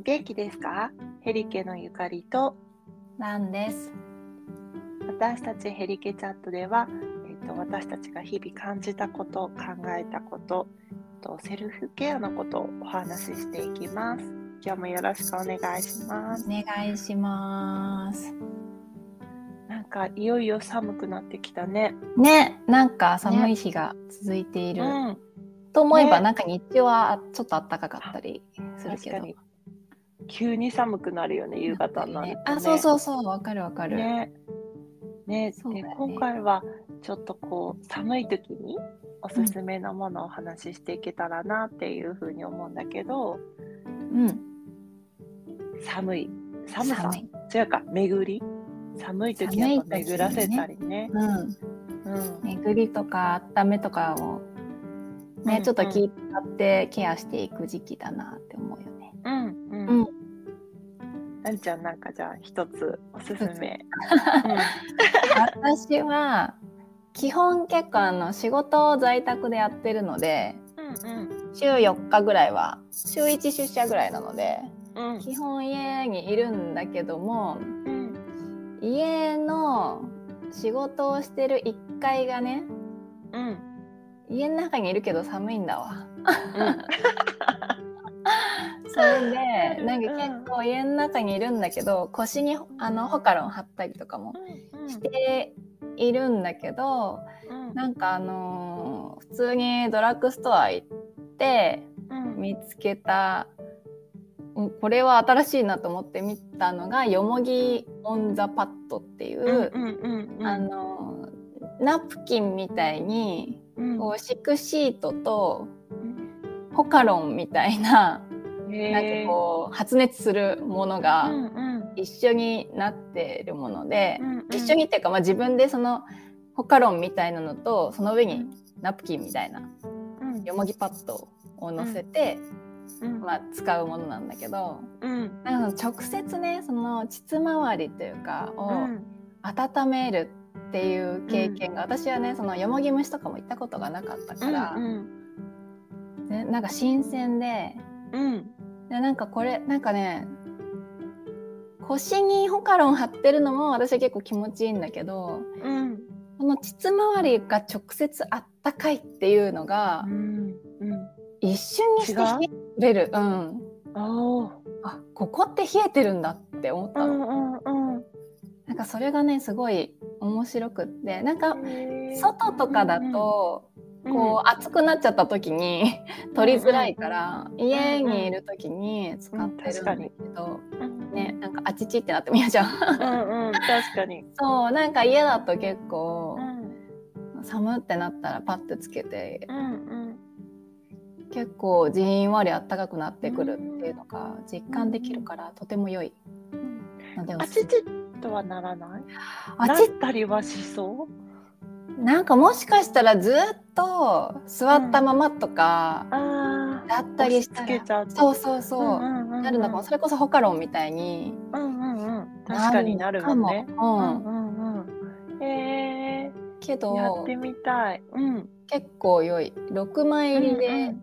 元気ですか？ヘリケのゆかりとなんです。 私たちヘリケチャットでは、私たちが日々感じたこと、考えたこと、セルフケアのことをお話ししていきます。今日もよろしくお願いします。 お願いします。 なんかいよいよ寒くなってきたね。 ね、なんか寒い日が続いている、と思えば、なんか日中はちょっと暖かかったりするけど。 確かに急に寒くなるよね、夕方になるとね。 そうそうそう、わかるわかる。 ね、で、今回はちょっと寒い時におすすめのものをお話ししていけたらなっていうふうに思うんだけど、寒さ違うか、巡り、寒い時やっぱ巡らせたりね、 巡りとか温めとかをね、ちょっと気使ってケアしていく時期だなって思うよね。 なんちゃん、なんかじゃあ一つおすすめ。 私は基本結構仕事を在宅でやってるので、週4日ぐらいは週1出社ぐらいなので、基本家にいるんだけども、家の仕事をしてる1階がね、家の中にいるけど寒いんだわ。それでなんか結構家の中にいるんだけど、腰にホカロン貼ったりとかもしているんだけど、なんか普通にドラッグストア行って見つけた、これは新しいなと思って見たのがよもぎオンザパッドっていう、ナプキンみたいに敷くシートとホカロンみたいな、なんか発熱するものが一緒になってるもので、一緒にっていうか、自分でそのホカロンみたいなのとその上にナプキンみたいなよもぎパッドを乗せて、使うものなんだけど、なんか直接ね、その膣周りというかを温めるっていう経験が、私はね、そのよもぎ蒸しとかも行ったことがなかったから、なんか新鮮で、でなんかこれなんかね、腰にホカロン貼ってるのも私は結構気持ちいいんだけど、この膣周りが直接あったかいっていうのが、一瞬にして冷えれる。あ、ここって冷えてるんだって思ったの。なんかそれがね、すごい面白くって、なんか外とかだと暑くなっちゃった時に取りづらいから、家にいる時に使ってるんだけど、ね、なんかあちちってなっても嫌じゃん。 確かに。 そう、なんか家だと結構、寒ってなったらパッてつけて、結構じんわりあったかくなってくるっていうのが実感できるから、とても良いのでおすすめ。 あちちとはならない？なったりはしそう？ なんかもしかしたらずっと座ったままとかだったりしたら、そうなるのかも。それこそホカロンみたいに確かになるもんね。 けどやってみたい。 結構良い。6枚入りで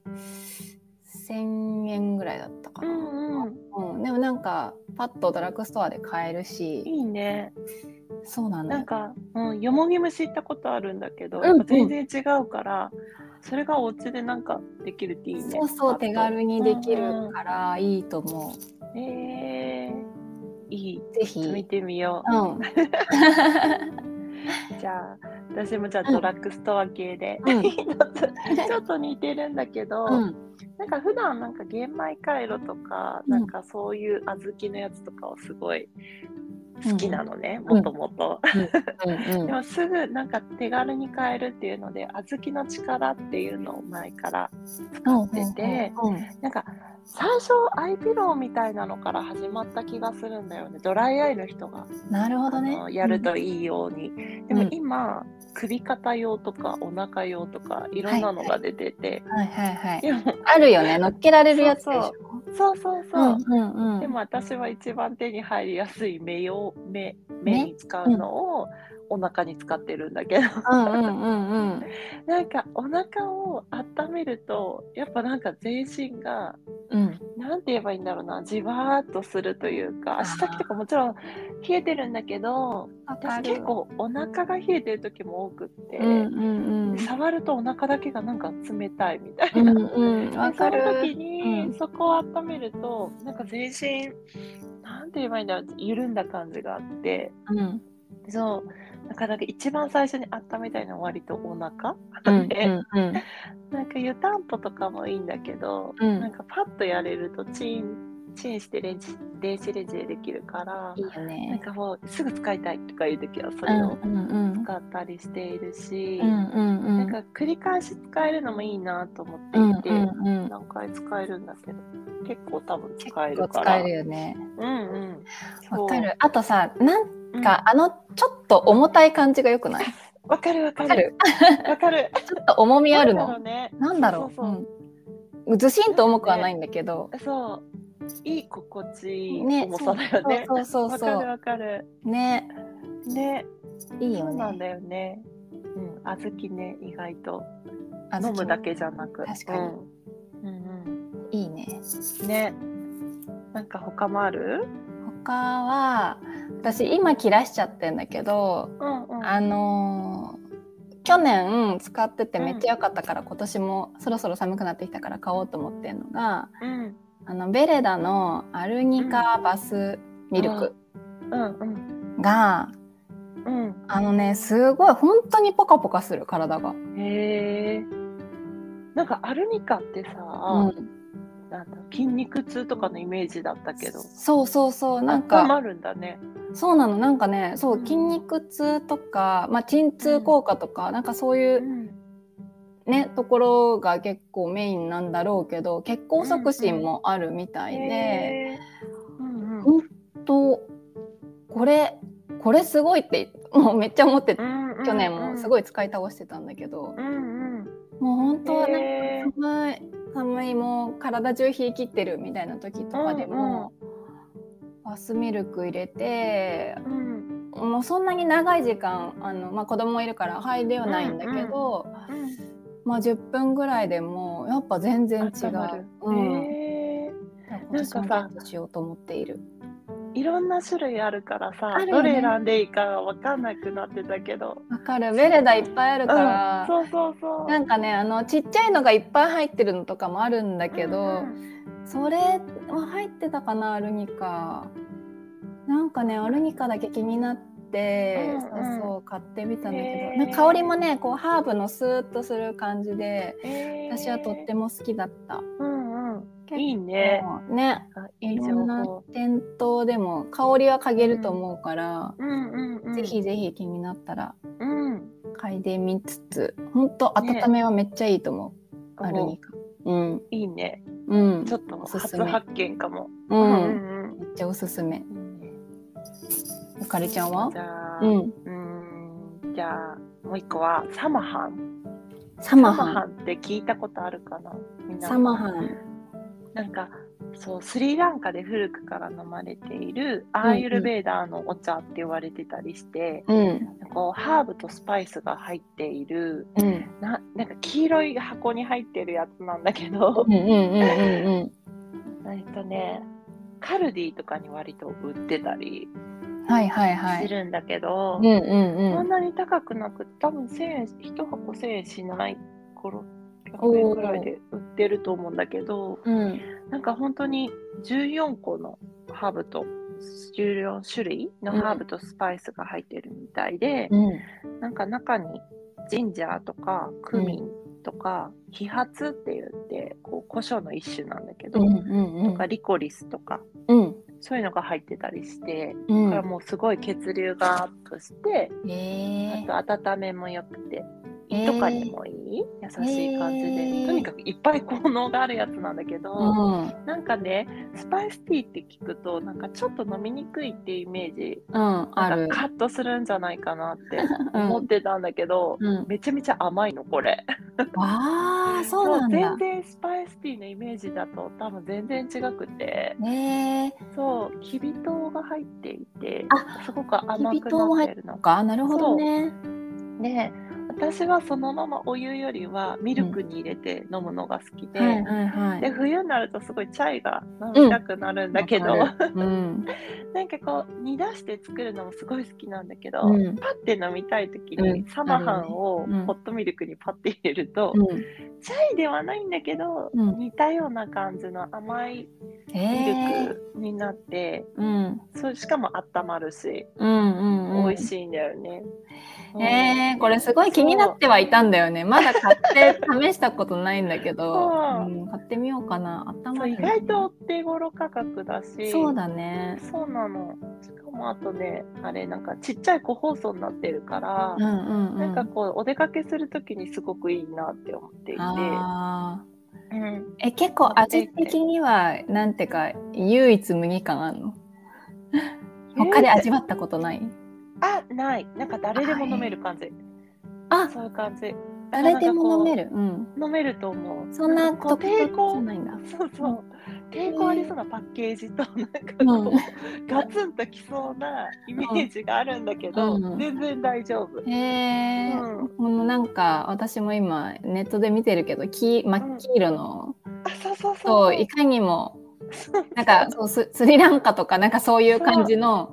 1000円ぐらいだったかな。でもなんかパッとドラッグストアで買えるし、 いいね。 そうなんだよ。 なんか、よもぎ蒸し行ったことあるんだけど、やっぱ全然違うから、それがお家でなんかできるっていいね。 そうそう、手軽にできるからいいと思う。 いい。 ぜひ見てみよう。じゃあ私もドラッグストア系で、ちょっと似てるんだけど、なんか普段なんか玄米カイロとか、なんかそういう小豆のやつとかをすごい好きなのね、もともと。でもすぐなんか手軽に買えるっていうので、小豆の力っていうのを前から使ってて、なんか最初アイピローみたいなのから始まった気がするんだよね。ドライアイの人がなるほどね、 やるといいように。でも今、首肩用とかお腹用とかいろんなのが出てて、 あるよね、乗っけられるやつでしょ。 そうでも私は一番手に入りやすい目に使うのをお腹に使ってるんだけど、なんかお腹を温めるとやっぱなんか全身がなんて言えばいいんだろうな、じわーっとするというか、足先とかもちろん冷えてるんだけど、私結構お腹が冷えてる時も多くって、触るとお腹だけがなんか冷たいみたいな。でその時に、そこを温めると、なんか全身、なんて言えばいいんだろう、緩んだ感じがあって、そう、なかなか一番最初に温めたいのは割とお腹で、なんか湯たんぽとかもいいんだけど、なんかパッとやれるとチンして電子レンジでできるから、 いいよね。 なんかもうすぐ使いたいとかいう時はそれを使ったりしているし、なんか繰り返し使えるのもいいなと思っていて、何回使えるんだけど、結構多分使えるから。 使えるよね。わかる。 そう。 あとさ、なんかちょっと重たい感じが良くない？ わかる。 わかる。 ちょっと重みあるの。 なんだろう。ずしんと重くはないんだけど。 そう。いい心地いい重さだよね。 そう。 わかる。ね。 いいよね。 そうなんだよね。小豆ね、意外と飲むだけじゃなく。 確かに。いいね。 ね。なんか他もある？ 他は私今切らしちゃってんだけど、去年使っててめっちゃ良かったから、今年もそろそろ寒くなってきたから買おうと思ってんのが、ベレダのアルニカバスミルクが、すごい本当にポカポカする、体が。 なんかアルニカってさ、なんだ、筋肉痛とかのイメージだったけど、 そうなんか温まるんだね。 そうなの。なんかね、そう、筋肉痛とか、鎮痛効果とか、なんかそういうね、ところが結構メインなんだろうけど、血行促進もあるみたいで、ほんとこれすごいってもうめっちゃ思って、去年もすごい使い倒してたんだけど、もう本当はなんか寒いもう体中冷え切ってるみたいな時とかでも、バスミルク入れて、もうそんなに長い時間子供いるから肺ではないんだけど、10分ぐらいでもやっぱ全然違う。なんかさ、しようと思っている。 いろんな種類あるからさ、どれ選んでいいか分かんなくなってたけど。 わかる。ベレダいっぱいあるから、 そうなんかね、ちっちゃいのがいっぱい入ってるのとかもあるんだけど、それは入ってたかな、アルニカ。なんかね、アルニカだけ気になって、そう買ってみたんだけど、なんか香りもね、こうハーブのスーッとする感じで、私はとっても好きだった。 いいね。 いろんな店頭でも香りは嗅げると思うから、ぜひぜひ気になったら嗅いでみつつ、本当温めはめっちゃいいと思う。アルニカ。 いいね。ちょっと初発見かも。 めっちゃおすすめ。ゆかりちゃんは？ じゃあもう一個はサマハン。サマハンって聞いたことあるかな？ サマハン。 なんかそう、スリランカで古くから飲まれているアーユルベーダーのお茶って言われてたりして、こうハーブとスパイスが入っている、なんか黄色い箱に入ってるやつなんだけど、カルディとかに割と売ってたりするんだけど、そんなに高くなく、多分1箱1000円しない頃100円くらいで売ってると思うんだけど、なんか本当に14個のハーブと14種類のハーブとスパイスが入ってるみたいで、なんか中にジンジャーとかクミンとか、ヒハツって言ってこう胡椒の一種なんだけど、とかリコリスとか、そういうのが入ってたりして、だからもうすごい血流がアップして、あと温めも良くて、胃とかにもいい優しい感じで、とにかくいっぱい効能があるやつなんだけど、なんかね、スパイスティーって聞くとなんかちょっと飲みにくいっていうイメージ、なんかカットするんじゃないかなって思ってたんだけど、めちゃめちゃ甘いのこれ。 そうなんだ。 全然スパイスティーのイメージだと多分全然違くて、そう、きび糖が入っていて、すごく甘くなってるの。 なるほどね。 で、 私はそのままお湯よりはミルクに入れて飲むのが好きで、で冬になるとすごいチャイが飲みたくなるんだけど、なんかこう煮出して作るのもすごい好きなんだけど、パッて飲みたい時にサマハンをホットミルクにパッて入れると、チャイではないんだけど、似たような感じの甘いミルクになって、それしかも温まるし、美味しいんだよね。 これすごい気になってはいたんだよね。まだ買って試したことないんだけど、買ってみようかな。 意外とお手頃価格だし。 そうだね。 そうなの。しかもあとね、あれなんかちっちゃい個包装になってるから、なんかこうお出かけするときにすごくいいなって思っていて。 結構味的にはなんていうか唯一無二感あるの？他で味わったことない？ ない。なんか誰でも飲める感じ。そういう感じ。 誰でも飲める。 飲めると思う。 そんな抵抗じゃないんだ。 そう。抵抗ありそうなパッケージとなんかこう、ガツンときそうなイメージがあるんだけど、全然大丈夫。 なんか私も今ネットで見てるけど、真っ黄色の、 そういかにもなんかスリランカとかなんかそういう感じの。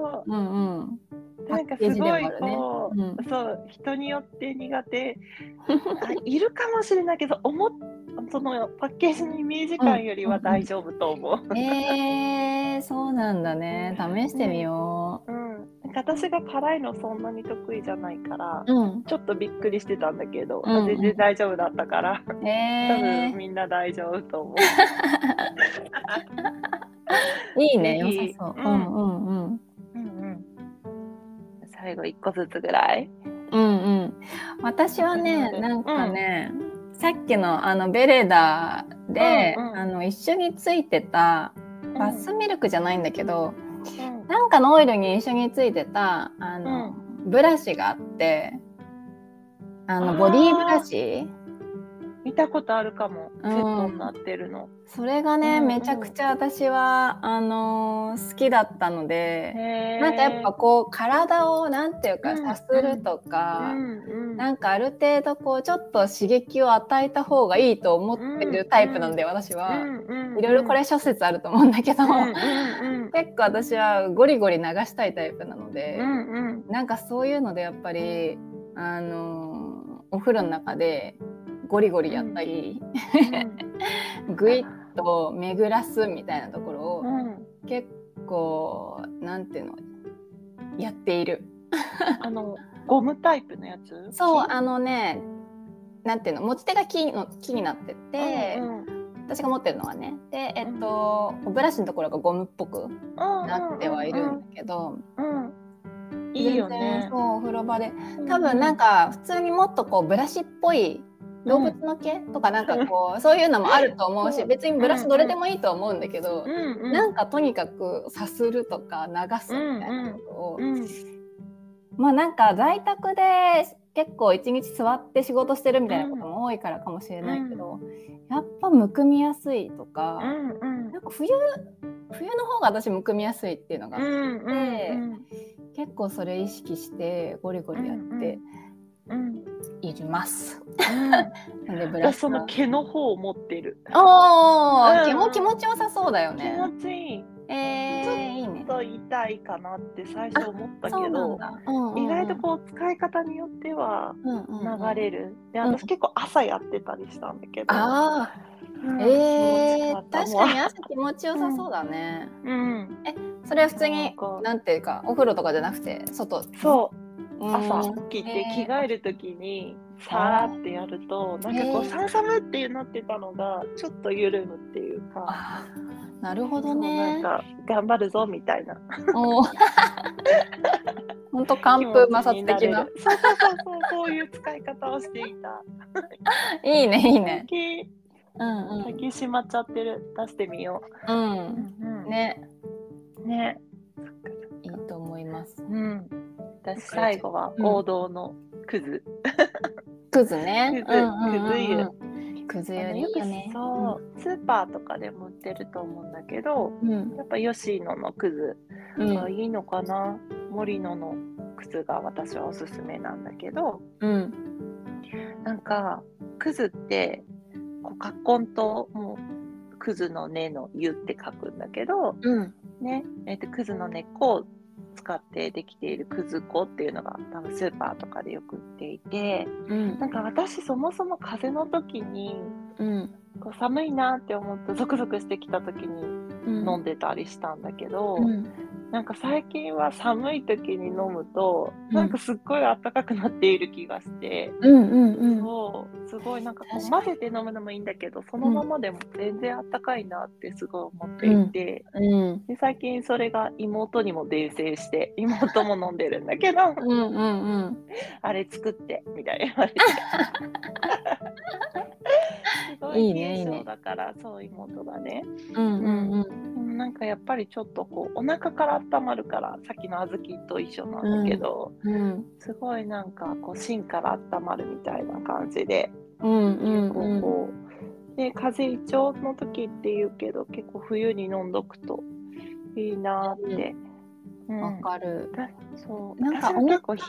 なんかすごいこう、そう人によって苦手いるかもしれないけど、そのパッケージのイメージ感よりは大丈夫と思う。 そうなんだね。試してみよう。 なんか私が辛いのそんなに得意じゃないから、ちょっとびっくりしてたんだけど、全然大丈夫だったから、多分みんな大丈夫と思う。いいね、良さそう。 最後1個ずつぐらい。 私はね、なんかね、さっきのベレダで、一緒についてたバスミルクじゃないんだけど、なんかのオイルに一緒についてたブラシがあって、ボディーブラシ見たことあるかも。セットになってるの。 それがね、めちゃくちゃ私は好きだったので、なんかやっぱこう体をなんていうかさするとか、なんかある程度こうちょっと刺激を与えた方がいいと思ってるタイプなんで、私は。いろいろこれ諸説あると思うんだけど、結構私はゴリゴリ流したいタイプなので、なんかそういうのでやっぱりお風呂の中でゴリゴリやったり、ぐいっと巡らすみたいなところを、結構なんていうのやっている。 ゴムタイプのやつ？ そう、なんていうの、持ち手が木になってて、私が持ってるのはね、でブラシのところがゴムっぽくなってはいるんだけど、 いいよね。 そう、お風呂場で多分なんか普通にもっとこうブラシっぽい動物の毛とかなんかこうそういうのもあると思うし、別にブラシどれでもいいと思うんだけど、なんかとにかくさするとか流すみたいなことを、まあなんか在宅で結構一日座って仕事してるみたいなことも多いからかもしれないけど、やっぱむくみやすいとか、なんか冬の方が私むくみやすいっていうのがあって、結構それ意識してゴリゴリやっています。 私その毛の方を持ってる。 毛も気持ちよさそうだよね。 気持ちいい。ちょっと痛いかなって最初思ったけど、意外とこう使い方によっては流れる。で、私結構朝やってたりしたんだけど。確かに朝気持ちよさそうだね。それは普通になんていうかお風呂とかじゃなくて外？ そう。朝起きて着替えるときにさーってやると、なんかこう寒ってなってたのがちょっと緩むっていうか。 なるほどね。 なんか頑張るぞみたいな。 本当乾布摩擦的な。 そういう使い方をしていた。 いいねいいね。 先しまっちゃってる。出してみよう。ね。いいと思います。 私最後は王道のくず。 くずね。 くず湯。 くず湯いいよね。 そうスーパーとかでも売ってると思うんだけど、やっぱ吉野のくずがいいのかな。森野の靴が私はおすすめなんだけど、 うん、 なんかクズってこう葛根ともうクズの根の湯って書くんだけど、ね、クズの根っこを使ってできているくず粉っていうのが多分スーパーとかでよく売っていて、なんか私そもそも風邪の時に、こう寒いなって思ってゾクゾクしてきた時に飲んでたりしたんだけど、なんか最近は寒い時に飲むと、なんかすっごい暖かくなっている気がして、そうすごいなんかこう混ぜて飲むのもいいんだけど、そのままでも全然暖かいなってすごい思っていて、で最近それが妹にも伝染して、妹も飲んでるんだけどあれ作ってみたいな言われてすごい軽症だから、そう妹がね、なんかやっぱりちょっとこうお腹から温まるから、さっきの小豆と一緒なんだけど、すごいなんかこう芯から温まるみたいな感じで、結構こうで風邪胃腸の時って言うけど、結構冬に飲んどくといいなって。 わかる。 そうなんか結構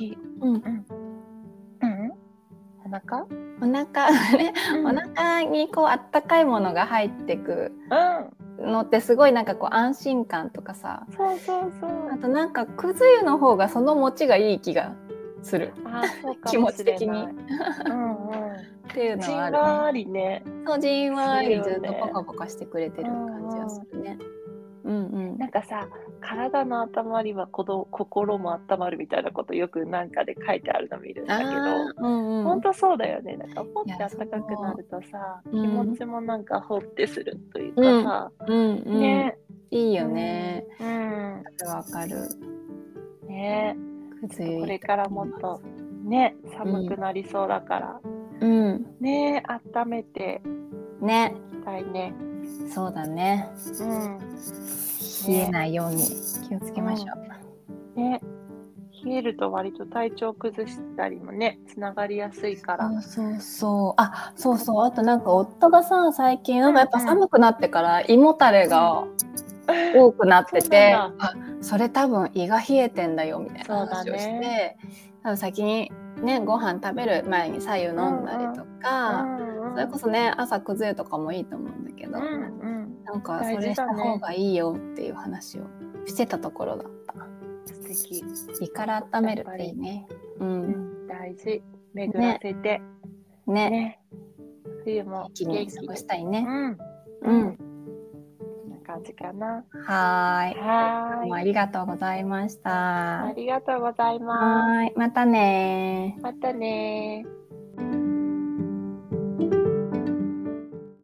お腹にこうあったかいものが入ってくのってすごいなんかこう安心感とかさ、あとなんかくず湯の方がその持ちがいい気がする。気持ち的にっていうのはあるね。 じんわりね。 そうじんわりずっとポカポカしてくれてる感じがするね。 なんかさ、体の温まりは心も温まるみたいなことよくなんかで書いてあるの見るんだけど、本当そうだよね。なんかポッて暖かくなるとさ、気持ちもなんかホッてするというかさ、ね、 いいよね。わかる。 ね、これからもっとね、寒くなりそうだから、ね、温めてね、 いきたいね。 そうだね。冷えないように気をつけましょう。ね、冷えると割と体調崩したりもね、つながりやすいから。 あとなんか夫がさ、最近やっぱ寒くなってから胃もたれが多くなってて、それ多分胃が冷えてんだよみたいな話をして、多分先にね、ご飯食べる前に白湯飲んだりとか、それこそね、朝くず湯とかもいいと思うんだけど、なんかそれした方がいいよっていう話をしてたところだった。 素敵。 胃から温めるっていいね。 大事。巡らせてね。冬も元気に過ごしたいね。 こんな感じかな。 はい。ありがとうございました。 ありがとうございます。 またね。 またね。